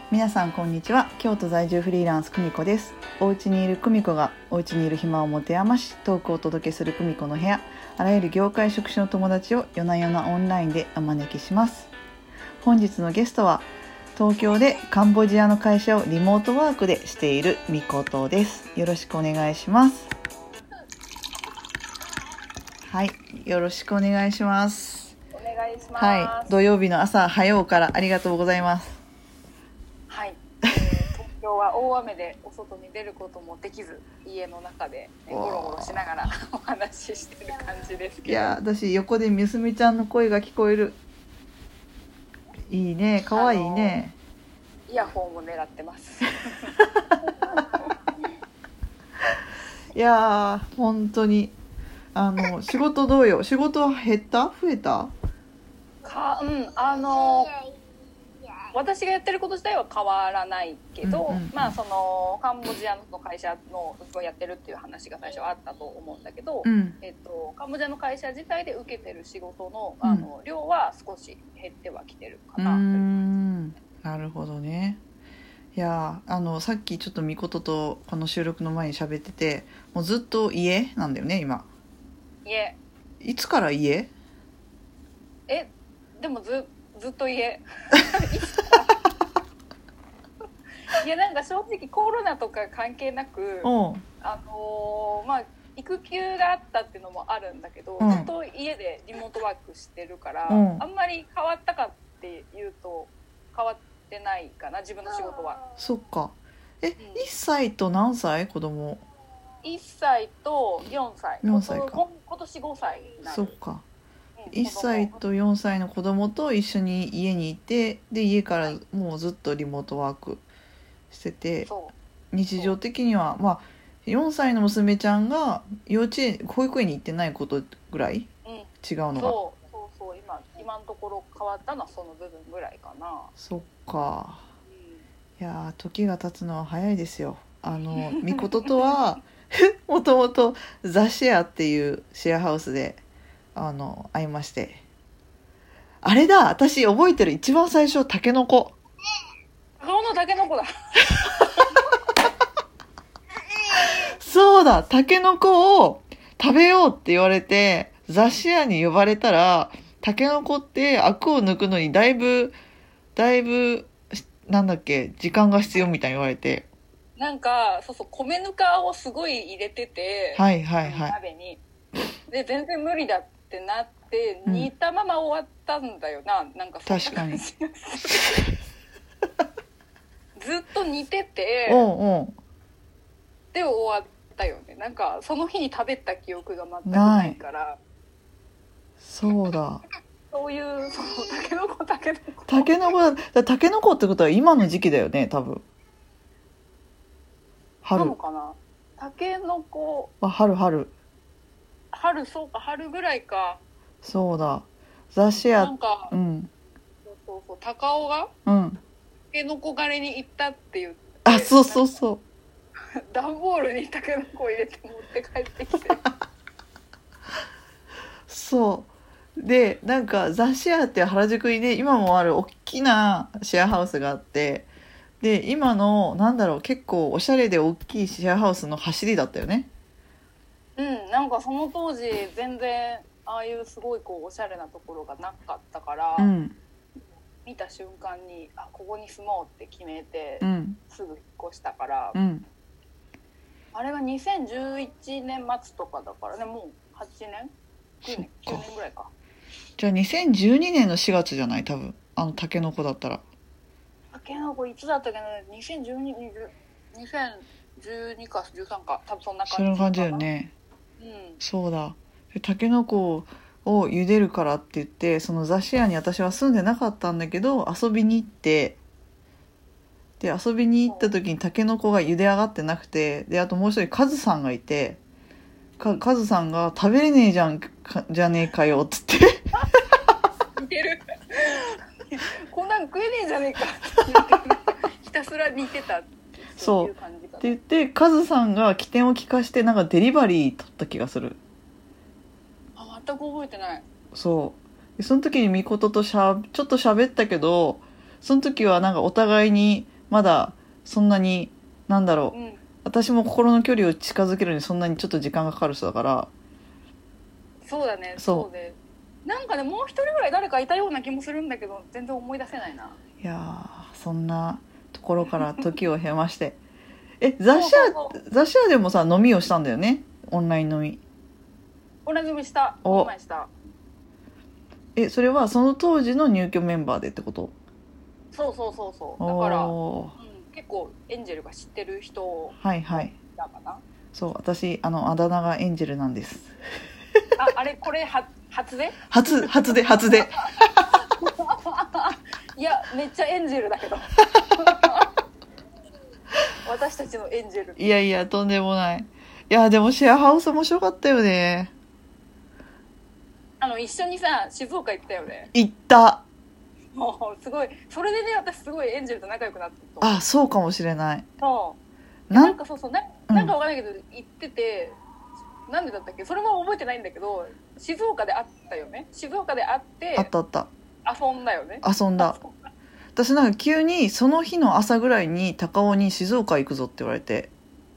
皆さんこんにちは。京都在住フリーランス久美子です。お家にいる久美子がお家にいる暇を持て余しトークをお届けする久美子の部屋。あらゆる業界職種の友達を夜な夜なオンラインでお招きします。本日のゲストは東京でカンボジアの会社をリモートワークでしているみことです。よろしくお願いします。はい、よろしくお願いします。 お願いします。 はい、土曜日の朝早うからありがとうございます。 はい、東京は大雨でお外に出ることもできず、家の中で、ゴロゴロしながらお話ししてる感じですけど。 いや、私横でみすみちゃんの声が聞こえる。いいね、かわいいね。 イヤホンも狙ってますいやー本当に仕事どうよ。仕事は減った増えたか、私がやってること自体は変わらないけど、まあそのカンボジアの会社のやってるっていう話が最初あったと思うんだけど、カンボジアの会社自体で受けてる仕事の、量は少し減ってはきてるかな。 なるほどね。いやさっきちょっとみこととこの収録の前に喋ってて、もうずっと家なんだよね今。 家。 いつから家？ でもずっと家いやなんか正直コロナとか関係なく、まあ育休があったっていうのもあるんだけど、ずっと家でリモートワークしてるから、あんまり変わったかっていうと変わってないかな、自分の仕事は。 そっか。1歳と何歳子供 ？1歳と4歳。 4歳か。 今年5歳になる。 そっか。1歳と4歳の子供と一緒に家にいて、で家からもうずっとリモートワークしてて、日常的にはまあ4歳の娘ちゃんが保育園に行ってないことぐらい、違うのが。 そう今のところ変わったのはその部分ぐらいかな。 そっか。いや時が経つのは早いですよ。みこととはもともとザ・シェアっていうシェアハウスで会いまして、あれだ、私覚えてる。一番最初タケノコ。 顔のタケノコだそうだ、タケノコを食べようって言われてザ・シェアに呼ばれたら、タケノコってアクを抜くのにだいぶなんだっけ、時間が必要みたいに言われて、 なんかそう米ぬかをすごい入れてて、鍋にで全然無理だってなって煮たまま終わったんだよな。なんかそんな感じ。確かにずっと煮ててで終わったよね。なんかその日に食べた記憶が全くないから。 そうだそういうタケノコタケノコってことは今の時期だよね、多分。春なのかな。タケノコ春、 そうか、春ぐらいか。 そうだ、ザ・シェア。 なんか、そう高尾がタケノコ狩りに行ったって言って、 そう段ボールにタケノコを入れて持って帰ってきてそうで、なんかザ・シェアって原宿にね今もある大きなシェアハウスがあって、で今の結構おしゃれで大きいシェアハウスの走りだったよね。 なんかその当時全然ああいうすごいおしゃれなところがなかったから、見た瞬間にここに住もうって決めて、すぐ引っ越したから、あれが2011年末とかだからね、もう8年9年ぐらいか。 じゃあ2012年の4月じゃない、多分タケノコだったら。 タケノコいつだったっけな、2012か13か、多分そんな感じ。 そんな感じだよね。そうだ、タケノコを茹でるからって言って、そのザ・シェアに私は住んでなかったんだけど遊びに行って、で遊びに行った時にタケノコが茹で上がってなくて、であともう一人カズさんがいて、カズさんが食べれねえじゃねえかよっつって似てるこんなん食えねえじゃねえかってひたすら似てた。 そうって言って、カズさんが起点を利かしてなんかデリバリー取った気がする。 全く覚えてない。 そうでその時にみこととちょっと喋ったけど、その時はなんかお互いにまだそんなになんだろう、 うん、 私も心の距離を近づけるのにそんなにちょっと時間がかかる人だから。 そうだね。そうで、なんかね、もう一人ぐらい誰かいたような気もするんだけど全然思い出せないな。 いやそんなところから時を経まして雑誌屋でもさ飲みをしたんだよね、オンライン飲み。 オンライン飲みした。この前した。 それはその当時の入居メンバーでってこと？ そうだから、結構エンジェルが知ってる人だかな。はいはい。 そう、私あだ名がエンジェルなんです。 あれこれ初でいやめっちゃエンジェルだけど私たちのエンジェル。 いやいやとんでもない。いやでもシェアハウス面白かったよね。 一緒にさ静岡行ったよね。 行った。 もうすごいそれでね、私すごいエンジェルと仲良くなったと。 あ、そうかもしれない。 そうなんかそうなんかわからないけど、行っててなんでだったっけ、それも覚えてないんだけど、静岡で会ったよね。静岡で会ってあった遊んだよね。 遊んだ。私なんか急にその日の朝ぐらいに高尾に静岡行くぞって言われて、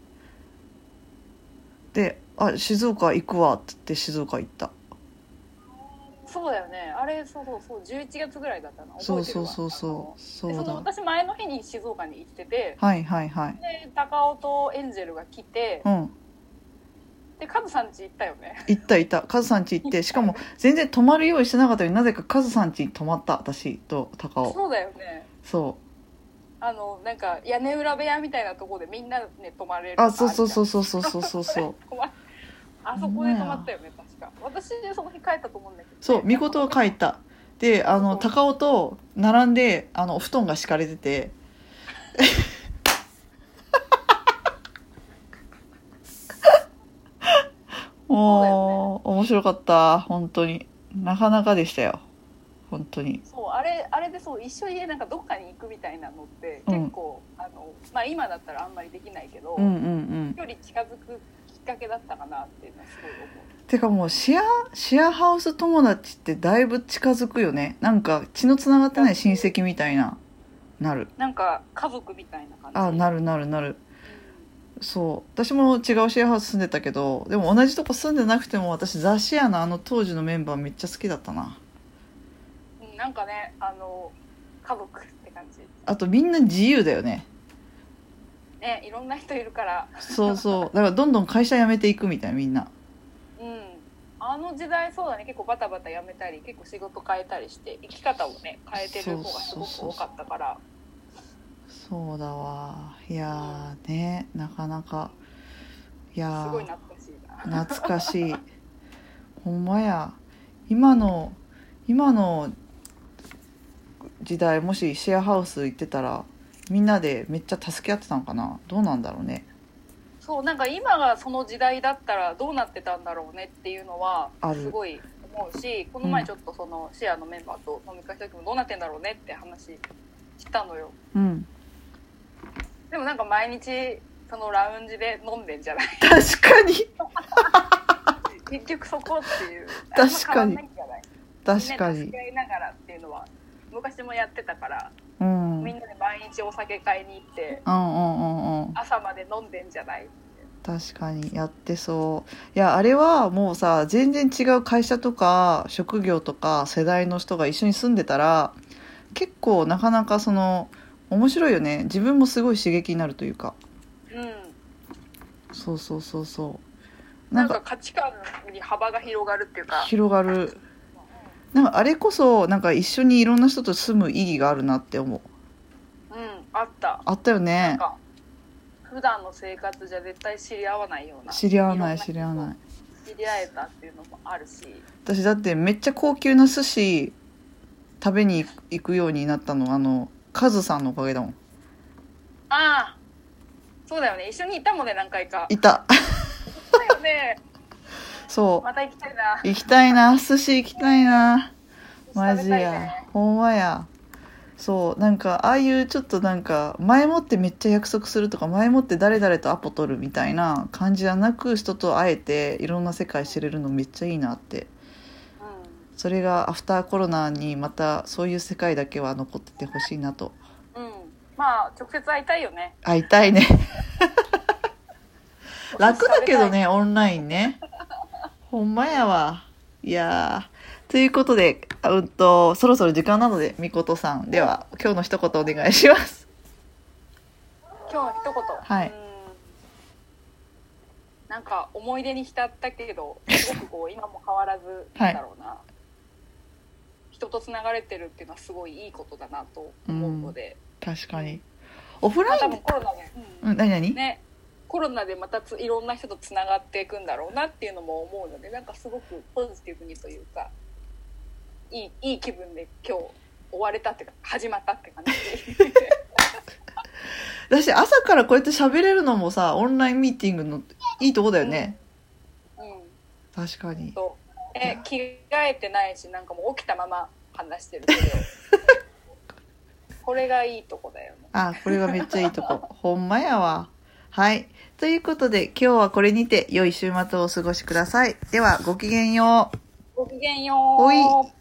で静岡行くわって言って静岡行った。 そうだよね。あれそう11月ぐらいだったの覚えてるわ。そうだ。私前の日に静岡に行ってて、 はいで高尾とエンジェルが来て、でカズさん家行ったよね。 行ったカズさん家行って、しかも全然泊まる用意してなかったのになぜかカズさん家に泊まった、私と高尾。 そうだよね。そうなんか屋根裏部屋みたいなところでみんなね泊まれる。 そうあそこで泊まったよね確か。私その日帰ったと思うんだけど、 そう見事は帰った。で高尾と並んでお布団が敷かれててもう、面白かった。本当になかなかでしたよ本当に。 そうあれでそう一緒になんかどっかに行くみたいなのって結構、今だったらあんまりできないけど、距離近づくきっかけだったかなっていうのはすごい思う。 てかもうシェアハウス友達ってだいぶ近づくよね。なんか血のつながってない親戚みたいななる。 なんか家族みたいな感じ。 なる。そう私も違うシェアハウス住んでたけど、でも同じとこ住んでなくても私雑誌屋の当時のメンバーめっちゃ好きだったな。 なんかね家族って感じ。あとみんな自由だよね。 ね、いろんな人いるから。 そうだからどんどん会社辞めていくみたいなみんな。 あの時代そうだね、結構バタバタ辞めたり結構仕事変えたりして生き方をね変えてる方がすごく多かったから。 そうだわ。いやね、なかなか。いやすごい懐かしいな。 懐かしいほんまや。今の時代もしシェアハウス行ってたらみんなでめっちゃ助け合ってたのかな。どうなんだろうね。 そうなんか今がその時代だったらどうなってたんだろうねっていうのはすごい思うし、この前ちょっとそのシェアのメンバーと飲み会した時もどうなってんだろうねって話したのよ。でもなんか毎日そのラウンジで飲んでんじゃない。 確かに結局そこっていう。 確かにみんな助け合いながらっていうのは昔もやってたから、みんなで毎日お酒買いに行って、朝まで飲んでんじゃない。 確かにやってそう。いやあれはもうさ、全然違う会社とか職業とか世代の人が一緒に住んでたら結構なかなか面白いよね。自分もすごい刺激になるというか。そうなんか価値観に幅が広がるっていうか。 広がる。なんかあれこそなんか一緒にいろんな人と住む意義があるなって思う。 あったよね。 なんか普段の生活じゃ絶対知り合わないような。 知り合わない。 知り合えたっていうのもあるし。 私だってめっちゃ高級な寿司食べに行くようになったのカズさんのおかげだもん。 ああそうだよね、一緒に行ったもんね、何回か。 いたそうだよね。 そうまた行きたいな。 行きたいな、寿司行きたいなマジや、ほんまや。そうなんかああいうちょっとなんか前もってめっちゃ約束するとか前もって誰々とアポ取るみたいな感じじゃなく、人と会えていろんな世界知れるのめっちゃいいなって、それがアフターコロナにまたそういう世界だけは残っててほしいなとまあ直接会いたいよね。 会いたいね楽だけどね、オンラインね。ほんまやわ。いやー、ということで、そろそろ時間なので、みことさん、では今日の一言お願いします。 今日の一言。 はい。 なんか思い出に浸ったけど、すごくこう今も変わらずなんだろうな、はい、人とつながれてるっていうのはすごいいいことだなと思うので。 確かに。オフライン、 多分コロナで、 何ね、コロナでまたいろんな人とつながっていくんだろうなっていうのも思うので、なんかすごくポジティブにというか、いい気分で今日終われたっていうか始まったって感じ私朝からこうやって喋れるのもさ、オンラインミーティングのいいとこだよね。確かに。 着替えてないし、なんかもう起きたまま話してるけどこれがいいとこだよね。 これがめっちゃいいとこほんまやわ。はい、ということで今日はこれにて良い週末をお過ごしください。ではごきげんよう。 ごきげんよう。 おい。